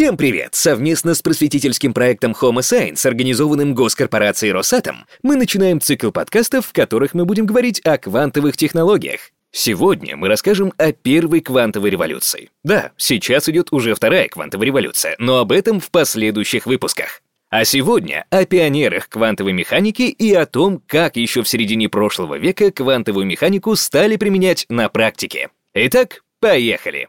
Всем привет! Совместно с просветительским проектом Homo Science, организованным госкорпорацией Росатом, мы начинаем цикл подкастов, в которых мы будем говорить о квантовых технологиях. Сегодня мы расскажем о первой квантовой революции. Да, сейчас идет уже вторая квантовая революция, но об этом в последующих выпусках. А сегодня о пионерах квантовой механики и о том, как еще в середине прошлого века квантовую механику стали применять на практике. Итак, поехали!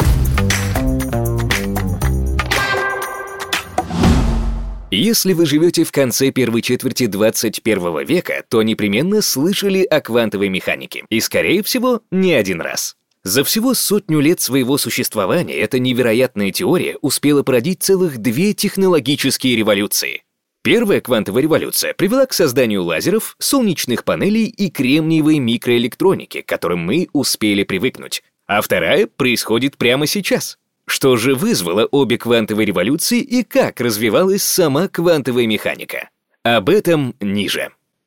Если вы живете в конце первой четверти 21 века, то непременно слышали о квантовой механике, и, скорее всего, не один раз. За всего 100 лет своего существования эта невероятная теория успела породить целых две технологические революции. Первая квантовая революция привела к созданию лазеров, солнечных панелей и кремниевой микроэлектроники, к которым мы успели привыкнуть. А вторая происходит прямо сейчас. Что же вызвало обе квантовые революции и как развивалась сама квантовая механика? Об этом ниже.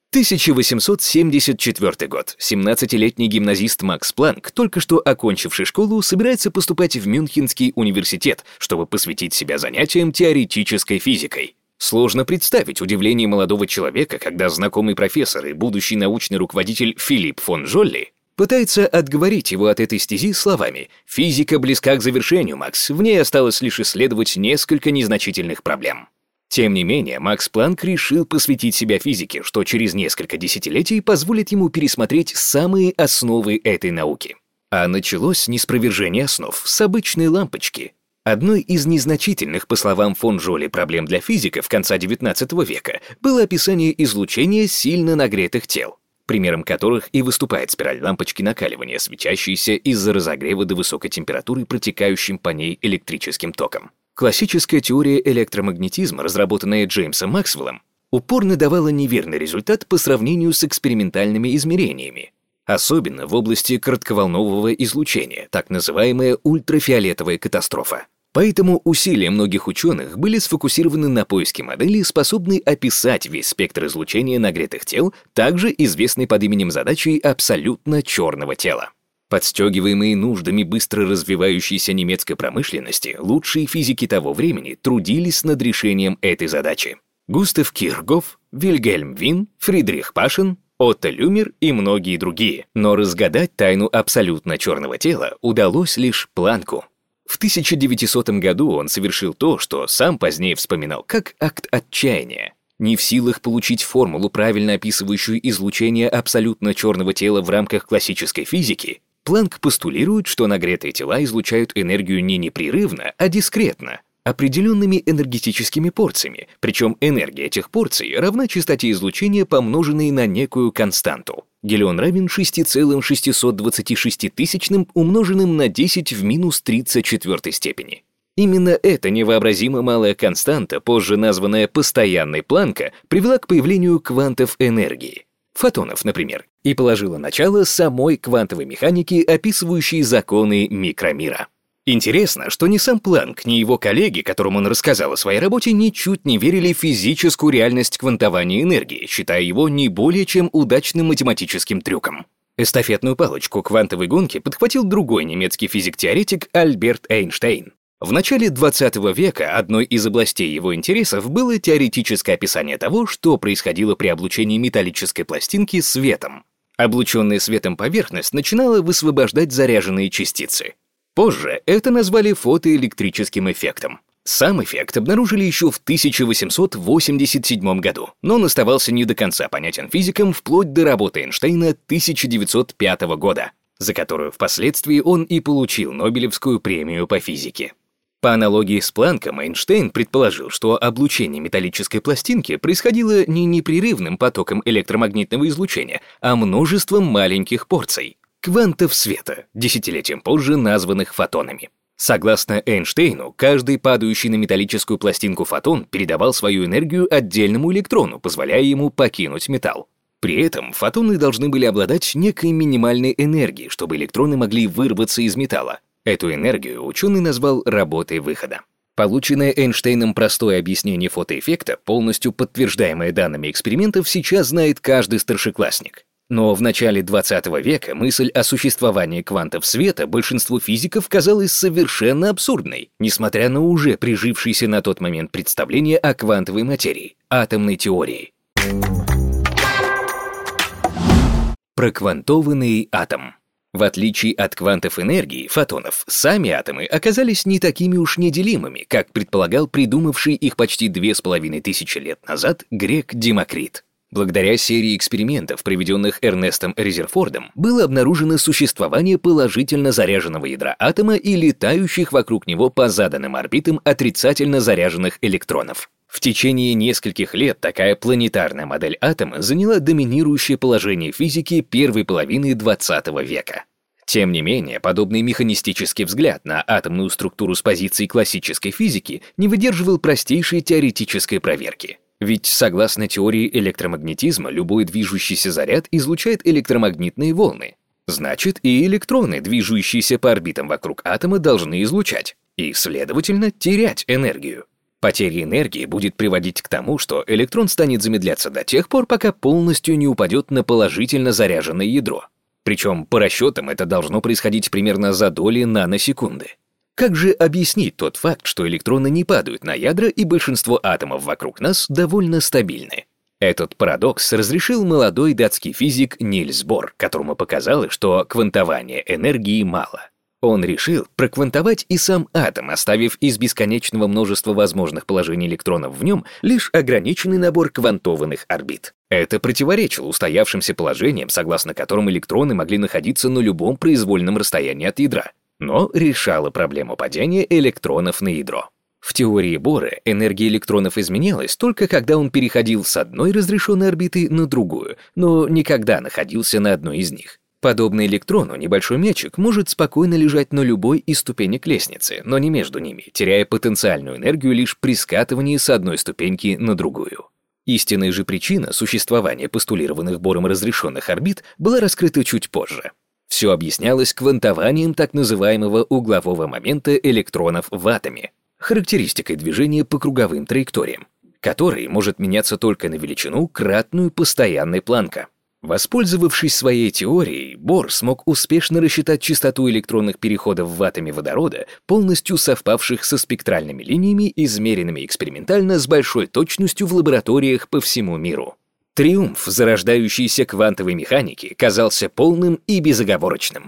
1874 год. 17-летний гимназист Макс Планк, только что окончивший школу, собирается поступать в Мюнхенский университет, чтобы посвятить себя занятиям теоретической физикой. Сложно представить удивление молодого человека, когда знакомый профессор и будущий научный руководитель Филипп фон Жолли пытается отговорить его от этой стези словами: «Физика близка к завершению, Макс, в ней осталось лишь исследовать несколько незначительных проблем». Тем не менее, Макс Планк решил посвятить себя физике, что через несколько десятилетий позволит ему пересмотреть самые основы этой науки. А началось неспровержение основ с обычной лампочки. Одной из незначительных, по словам фон Жолли, проблем для физиков конца XIX века было описание излучения сильно нагретых тел, примером которых и выступает спираль лампочки накаливания, свечащаяся из-за разогрева до высокой температуры, протекающим по ней электрическим током. Классическая теория электромагнетизма, разработанная Джеймсом Максвеллом, упорно давала неверный результат по сравнению с экспериментальными измерениями, особенно в области коротковолнового излучения, так называемая ультрафиолетовая катастрофа. Поэтому усилия многих ученых были сфокусированы на поиске модели, способной описать весь спектр излучения нагретых тел, также известной под именем задачи абсолютно черного тела. Подстегиваемые нуждами быстро развивающейся немецкой промышленности, лучшие физики того времени трудились над решением этой задачи. Густав Кирхгоф, Вильгельм Вин, Фридрих Пашин, Отто Люмер и многие другие. Но разгадать тайну абсолютно черного тела удалось лишь Планку. В 1900 году он совершил то, что сам позднее вспоминал как акт отчаяния. Не в силах получить формулу, правильно описывающую излучение абсолютно черного тела в рамках классической физики, Планк постулирует, что нагретые тела излучают энергию не непрерывно, а дискретно, определенными энергетическими порциями, причем энергия этих порций равна частоте излучения, помноженной на некую константу. Гелион равен 6,626 тысячным, умноженным на 10 в минус 34 степени. Именно эта невообразимо малая константа, позже названная постоянной Планка, привела к появлению квантов энергии, фотонов, например, и положила начало самой квантовой механике, описывающей законы микромира. Интересно, что ни сам Планк, ни его коллеги, которым он рассказал о своей работе, ничуть не верили в физическую реальность квантования энергии, считая его не более чем удачным математическим трюком. Эстафетную палочку квантовой гонки подхватил другой немецкий физик-теоретик Альберт Эйнштейн. В начале 20 века одной из областей его интересов было теоретическое описание того, что происходило при облучении металлической пластинки светом. Облученная светом поверхность начинала высвобождать заряженные частицы. Позже это назвали фотоэлектрическим эффектом. Сам эффект обнаружили еще в 1887 году, но он оставался не до конца понятен физикам вплоть до работы Эйнштейна 1905 года, за которую впоследствии он и получил Нобелевскую премию по физике. По аналогии с Планком, Эйнштейн предположил, что облучение металлической пластинки происходило не непрерывным потоком электромагнитного излучения, а множеством маленьких порций квантов света, десятилетием позже названных фотонами. Согласно Эйнштейну, каждый падающий на металлическую пластинку фотон передавал свою энергию отдельному электрону, позволяя ему покинуть металл. При этом фотоны должны были обладать некой минимальной энергией, чтобы электроны могли вырваться из металла. Эту энергию ученый назвал работой выхода. Полученное Эйнштейном простое объяснение фотоэффекта, полностью подтверждаемое данными экспериментов, сейчас знает каждый старшеклассник. Но в начале 20 века мысль о существовании квантов света большинству физиков казалась совершенно абсурдной, несмотря на уже прижившееся на тот момент представление о квантовой материи, атомной теории. Проквантованный атом. В отличие от квантов энергии, фотонов, сами атомы оказались не такими уж неделимыми, как предполагал придумавший их почти 2500 лет назад грек Демокрит. Благодаря серии экспериментов, проведенных Эрнестом Резерфордом, было обнаружено существование положительно заряженного ядра атома и летающих вокруг него по заданным орбитам отрицательно заряженных электронов. В течение нескольких лет такая планетарная модель атома заняла доминирующее положение физики первой половины XX века. Тем не менее, подобный механистический взгляд на атомную структуру с позиции классической физики не выдерживал простейшей теоретической проверки. Ведь, согласно теории электромагнетизма, любой движущийся заряд излучает электромагнитные волны. Значит, и электроны, движущиеся по орбитам вокруг атома, должны излучать и, следовательно, терять энергию. Потеря энергии будет приводить к тому, что электрон станет замедляться до тех пор, пока полностью не упадет на положительно заряженное ядро. Причем, по расчетам, это должно происходить примерно за доли наносекунды. Как же объяснить тот факт, что электроны не падают на ядра и большинство атомов вокруг нас довольно стабильны? Этот парадокс разрешил молодой датский физик Нильс Бор, которому показалось, что квантования энергии мало. Он решил проквантовать и сам атом, оставив из бесконечного множества возможных положений электронов в нем лишь ограниченный набор квантованных орбит. Это противоречило устоявшимся положениям, согласно которым электроны могли находиться на любом произвольном расстоянии от ядра, но решало проблему падения электронов на ядро. В теории Бора энергия электронов изменялась только когда он переходил с одной разрешенной орбиты на другую, но никогда находился на одной из них. Подобно электрону, небольшой мячик может спокойно лежать на любой из ступенек лестницы, но не между ними, теряя потенциальную энергию лишь при скатывании с одной ступеньки на другую. Истинная же причина существования постулированных Бором разрешенных орбит была раскрыта чуть позже. Все объяснялось квантованием так называемого углового момента электронов в атоме, характеристикой движения по круговым траекториям, который может меняться только на величину, кратную постоянной Планка. Воспользовавшись своей теорией, Бор смог успешно рассчитать частоту электронных переходов в атоме водорода, полностью совпавших со спектральными линиями, измеренными экспериментально с большой точностью в лабораториях по всему миру. Триумф зарождающейся квантовой механики казался полным и безоговорочным.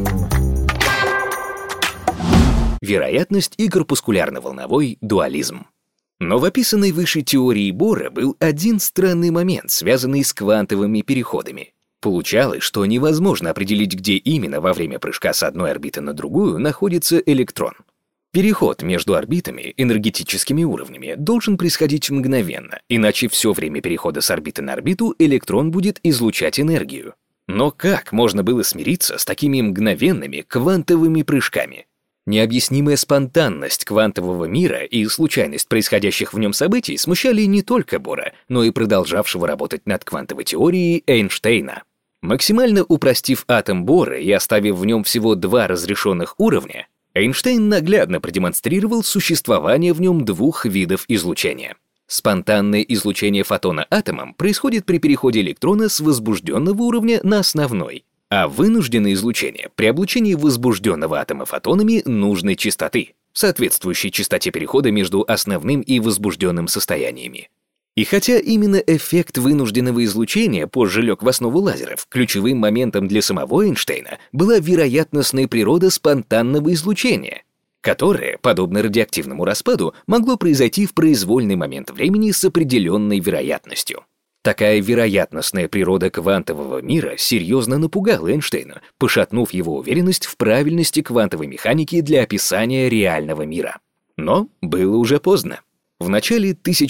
Вероятность и корпускулярно-волновой дуализм. Но в описанной выше теории Бора был один странный момент, связанный с квантовыми переходами. Получалось, что невозможно определить, где именно во время прыжка с одной орбиты на другую находится электрон. Переход между орбитами, энергетическими уровнями, должен происходить мгновенно, иначе все время перехода с орбиты на орбиту электрон будет излучать энергию. Но как можно было смириться с такими мгновенными квантовыми прыжками? Необъяснимая спонтанность квантового мира и случайность происходящих в нем событий смущали не только Бора, но и продолжавшего работать над квантовой теорией Эйнштейна. Максимально упростив атом Бора и оставив в нем всего два разрешенных уровня, Эйнштейн наглядно продемонстрировал существование в нем двух видов излучения. Спонтанное излучение фотона атомом происходит при переходе электрона с возбужденного уровня на основной, а вынужденное излучение при облучении возбужденного атома фотонами нужной частоты, соответствующей частоте перехода между основным и возбужденным состояниями. И хотя именно эффект вынужденного излучения позже лег в основу лазеров, ключевым моментом для самого Эйнштейна была вероятностная природа спонтанного излучения, которое, подобно радиоактивному распаду, могло произойти в произвольный момент времени с определенной вероятностью. Такая вероятностная природа квантового мира серьезно напугала Эйнштейна, пошатнув его уверенность в правильности квантовой механики для описания реального мира. Но было уже поздно. В начале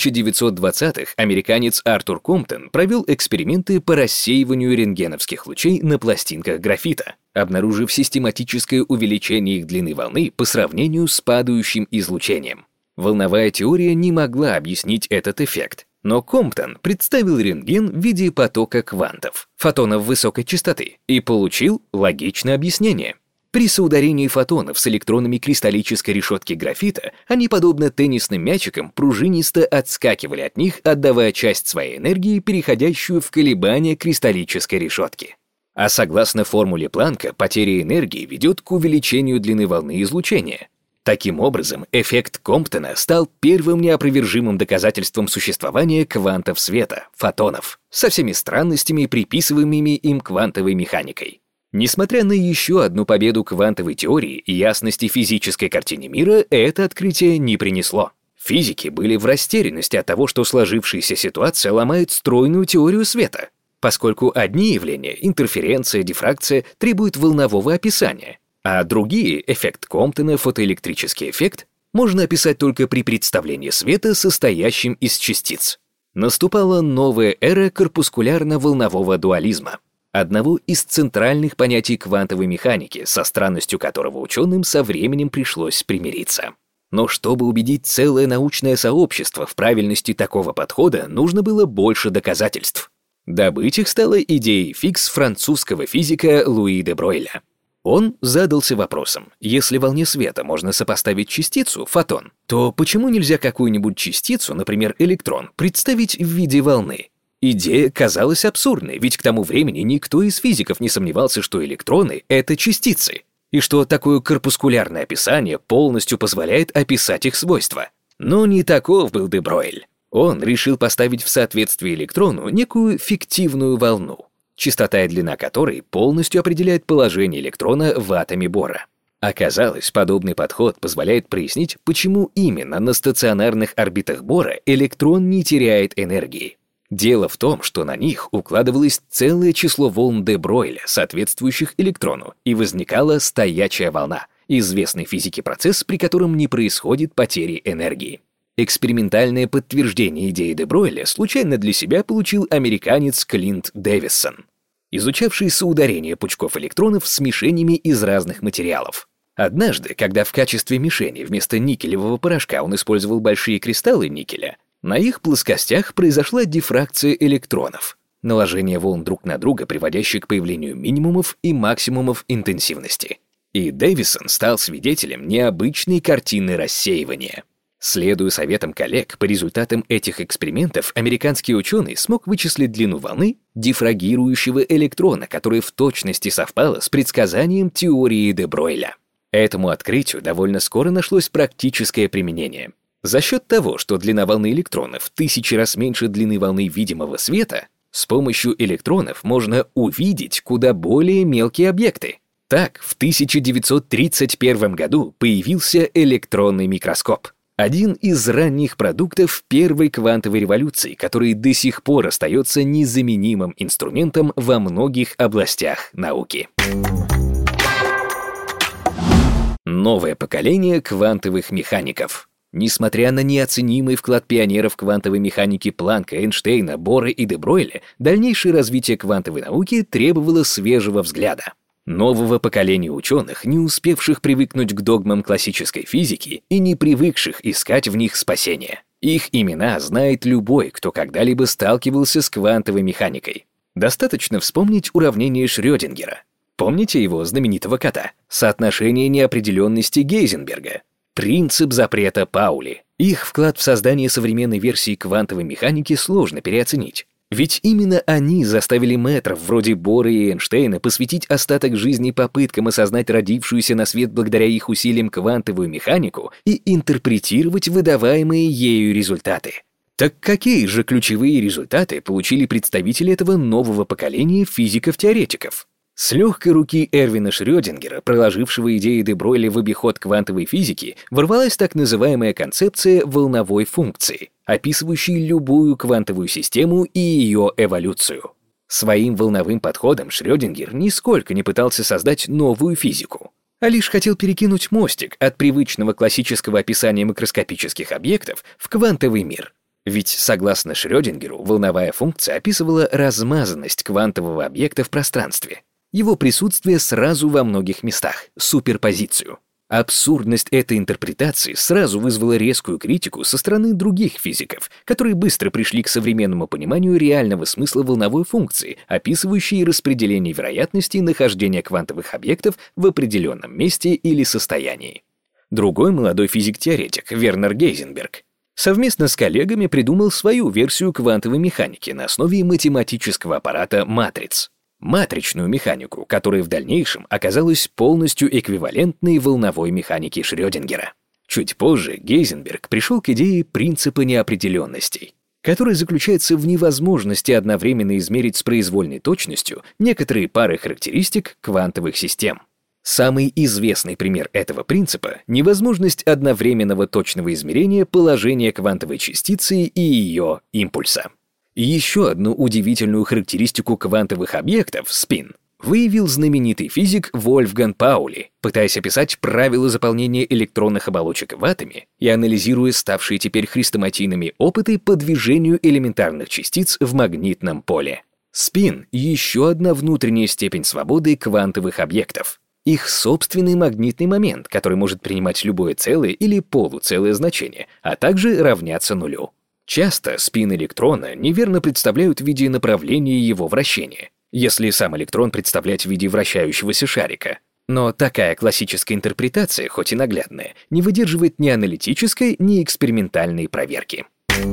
1920-х американец Артур Комптон провел эксперименты по рассеиванию рентгеновских лучей на пластинках графита, обнаружив систематическое увеличение их длины волны по сравнению с падающим излучением. Волновая теория не могла объяснить этот эффект, но Комптон представил рентген в виде потока квантов, фотонов высокой частоты, и получил логичное объяснение. При соударении фотонов с электронами кристаллической решетки графита они, подобно теннисным мячикам, пружинисто отскакивали от них, отдавая часть своей энергии, переходящую в колебания кристаллической решетки. А согласно формуле Планка, потеря энергии ведет к увеличению длины волны излучения. Таким образом, эффект Комптона стал первым неопровержимым доказательством существования квантов света, фотонов, со всеми странностями, приписываемыми им квантовой механикой. Несмотря на еще одну победу квантовой теории и ясности физической картине мира, это открытие не принесло. Физики были в растерянности от того, что сложившаяся ситуация ломает стройную теорию света, поскольку одни явления, интерференция, дифракция, требуют волнового описания, а другие, эффект Комптона, фотоэлектрический эффект, можно описать только при представлении света, состоящим из частиц. Наступала новая эра корпускулярно-волнового дуализма, одного из центральных понятий квантовой механики, со странностью которого ученым со временем пришлось примириться. Но чтобы убедить целое научное сообщество в правильности такого подхода, нужно было больше доказательств. Добыть их стала идеей фикс французского физика Луи де Бройля. Он задался вопросом: если волне света можно сопоставить частицу, фотон, то почему нельзя какую-нибудь частицу, например, электрон, представить в виде волны? Идея казалась абсурдной, ведь к тому времени никто из физиков не сомневался, что электроны — это частицы, и что такое корпускулярное описание полностью позволяет описать их свойства. Но не таков был де Бройль. Он решил поставить в соответствие электрону некую фиктивную волну, частота и длина которой полностью определяет положение электрона в атоме бора. Оказалось, подобный подход позволяет прояснить, почему именно на стационарных орбитах бора электрон не теряет энергии. Дело в том, что на них укладывалось целое число волн де Бройля, соответствующих электрону, и возникала стоячая волна, известный физике процесс, при котором не происходит потери энергии. Экспериментальное подтверждение идеи де Бройля случайно для себя получил американец Клинт Дэвисон, изучавший соударение пучков электронов с мишенями из разных материалов. Однажды, когда в качестве мишени вместо никелевого порошка он использовал большие кристаллы никеля, на их плоскостях произошла дифракция электронов, наложение волн друг на друга, приводящее к появлению минимумов и максимумов интенсивности. И Дэвисон стал свидетелем необычной картины рассеивания. Следуя советам коллег, по результатам этих экспериментов американский ученый смог вычислить длину волны дифрагирующего электрона, которая в точности совпала с предсказанием теории де Бройля. Этому открытию довольно скоро нашлось практическое применение. За счет того, что длина волны электрона в 1000 раз меньше длины волны видимого света, с помощью электронов можно увидеть куда более мелкие объекты. Так, в 1931 году появился электронный микроскоп, один из ранних продуктов первой квантовой революции, который до сих пор остается незаменимым инструментом во многих областях науки. Новое поколение квантовых механиков. Несмотря на неоценимый вклад пионеров квантовой механики Планка, Эйнштейна, Бора и де Бройля, дальнейшее развитие квантовой науки требовало свежего взгляда. Нового поколения ученых, не успевших привыкнуть к догмам классической физики и не привыкших искать в них спасения. Их имена знает любой, кто когда-либо сталкивался с квантовой механикой. Достаточно вспомнить уравнение Шрёдингера. Помните его знаменитого кота? Соотношение неопределенности Гейзенберга. Принцип запрета Паули. Их вклад в создание современной версии квантовой механики сложно переоценить. Ведь именно они заставили мэтров вроде Бора и Эйнштейна посвятить остаток жизни попыткам осознать родившуюся на свет благодаря их усилиям квантовую механику и интерпретировать выдаваемые ею результаты. Так какие же ключевые результаты получили представители этого нового поколения физиков-теоретиков? С легкой руки Эрвина Шрёдингера, проложившего идеи де Бройля в обиход квантовой физики, ворвалась так называемая концепция волновой функции, описывающей любую квантовую систему и ее эволюцию. Своим волновым подходом Шрёдингер нисколько не пытался создать новую физику, а лишь хотел перекинуть мостик от привычного классического описания макроскопических объектов в квантовый мир. Ведь, согласно Шрёдингеру, волновая функция описывала размазанность квантового объекта в пространстве, его присутствие сразу во многих местах, суперпозицию. Абсурдность этой интерпретации сразу вызвала резкую критику со стороны других физиков, которые быстро пришли к современному пониманию реального смысла волновой функции, описывающей распределение вероятности нахождения квантовых объектов в определенном месте или состоянии. Другой молодой физик-теоретик, Вернер Гейзенберг, совместно с коллегами придумал свою версию квантовой механики на основе математического аппарата матриц. Матричную механику, которая в дальнейшем оказалась полностью эквивалентной волновой механике Шрёдингера. Чуть позже Гейзенберг пришел к идее принципа неопределенностей, который заключается в невозможности одновременно измерить с произвольной точностью некоторые пары характеристик квантовых систем. Самый известный пример этого принципа — невозможность одновременного точного измерения положения квантовой частицы и ее импульса. Еще одну удивительную характеристику квантовых объектов, спин, выявил знаменитый физик Вольфганг Паули, пытаясь описать правила заполнения электронных оболочек в атоме и анализируя ставшие теперь хрестоматийными опыты по движению элементарных частиц в магнитном поле. Спин — еще одна внутренняя степень свободы квантовых объектов. Их собственный магнитный момент, который может принимать любое целое или полуцелое значение, а также равняться нулю. Часто спин электрона неверно представляют в виде направления его вращения, если сам электрон представлять в виде вращающегося шарика. Но такая классическая интерпретация, хоть и наглядная, не выдерживает ни аналитической, ни экспериментальной проверки.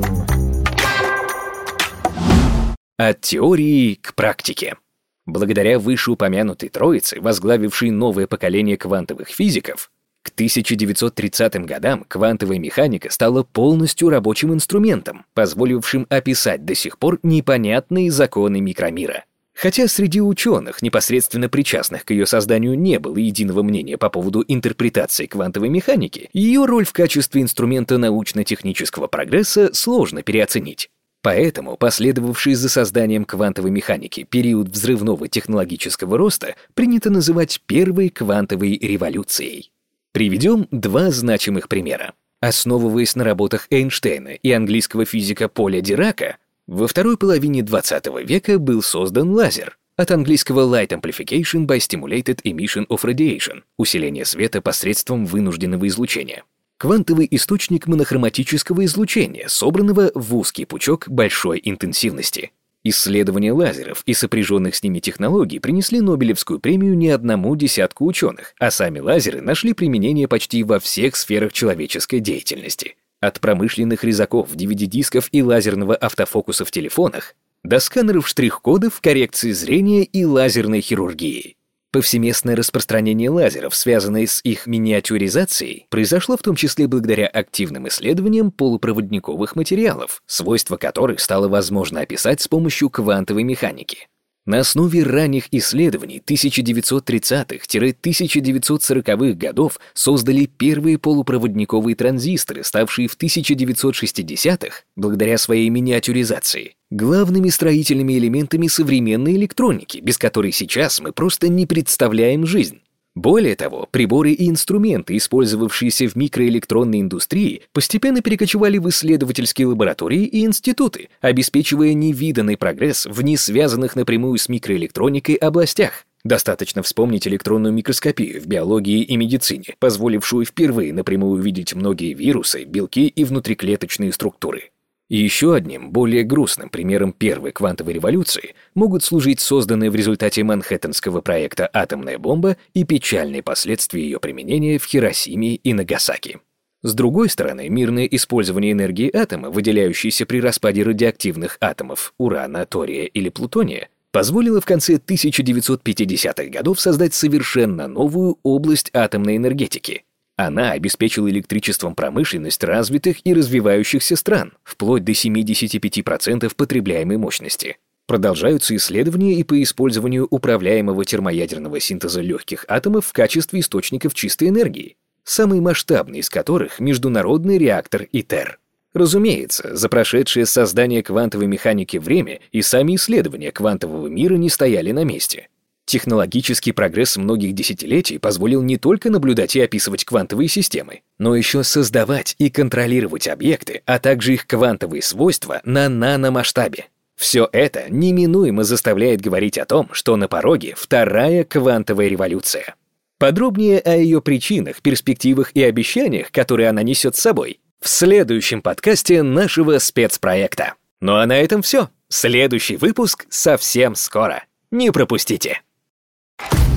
От теории к практике. Благодаря вышеупомянутой троице, возглавившей новое поколение квантовых физиков, к 1930 годам квантовая механика стала полностью рабочим инструментом, позволившим описать до сих пор непонятные законы микромира. Хотя среди ученых, непосредственно причастных к ее созданию, не было единого мнения по поводу интерпретации квантовой механики, ее роль в качестве инструмента научно-технического прогресса сложно переоценить. Поэтому последовавший за созданием квантовой механики период взрывного технологического роста принято называть первой квантовой революцией. Приведем два значимых примера. Основываясь на работах Эйнштейна и английского физика Поля Дирака, во второй половине XX века был создан лазер, от английского Light Amplification by Stimulated Emission of Radiation — усиление света посредством вынужденного излучения. Квантовый источник монохроматического излучения, собранного в узкий пучок большой интенсивности. Исследования лазеров и сопряженных с ними технологий принесли Нобелевскую премию не одному десятку ученых, а сами лазеры нашли применение почти во всех сферах человеческой деятельности. От промышленных резаков, DVD-дисков и лазерного автофокуса в телефонах до сканеров штрих-кодов, коррекции зрения и лазерной хирургии. Повсеместное распространение лазеров, связанное с их миниатюризацией, произошло в том числе благодаря активным исследованиям полупроводниковых материалов, свойства которых стало возможно описать с помощью квантовой механики. На основе ранних исследований 1930-1940-х годов создали первые полупроводниковые транзисторы, ставшие в 1960-х, благодаря своей миниатюризации, главными строительными элементами современной электроники, без которой сейчас мы просто не представляем жизнь. Более того, приборы и инструменты, использовавшиеся в микроэлектронной индустрии, постепенно перекочевали в исследовательские лаборатории и институты, обеспечивая невиданный прогресс в несвязанных напрямую с микроэлектроникой областях. Достаточно вспомнить электронную микроскопию в биологии и медицине, позволившую впервые напрямую увидеть многие вирусы, белки и внутриклеточные структуры. И еще одним, более грустным примером первой квантовой революции могут служить созданные в результате Манхэттенского проекта атомная бомба и печальные последствия ее применения в Хиросиме и Нагасаки. С другой стороны, мирное использование энергии атома, выделяющейся при распаде радиоактивных атомов урана, тория или плутония, позволило в конце 1950-х годов создать совершенно новую область атомной энергетики. Она обеспечила электричеством промышленность развитых и развивающихся стран, вплоть до 75% потребляемой мощности. Продолжаются исследования и по использованию управляемого термоядерного синтеза легких атомов в качестве источников чистой энергии, самый масштабный из которых — международный реактор ИТЕР. Разумеется, за прошедшее создание квантовой механики время и сами исследования квантового мира не стояли на месте. Технологический прогресс многих десятилетий позволил не только наблюдать и описывать квантовые системы, но еще создавать и контролировать объекты, а также их квантовые свойства на наномасштабе. Все это неминуемо заставляет говорить о том, что на пороге вторая квантовая революция. Подробнее о ее причинах, перспективах и обещаниях, которые она несет с собой, в следующем подкасте нашего спецпроекта. Ну а на этом все. Следующий выпуск совсем скоро. Не пропустите.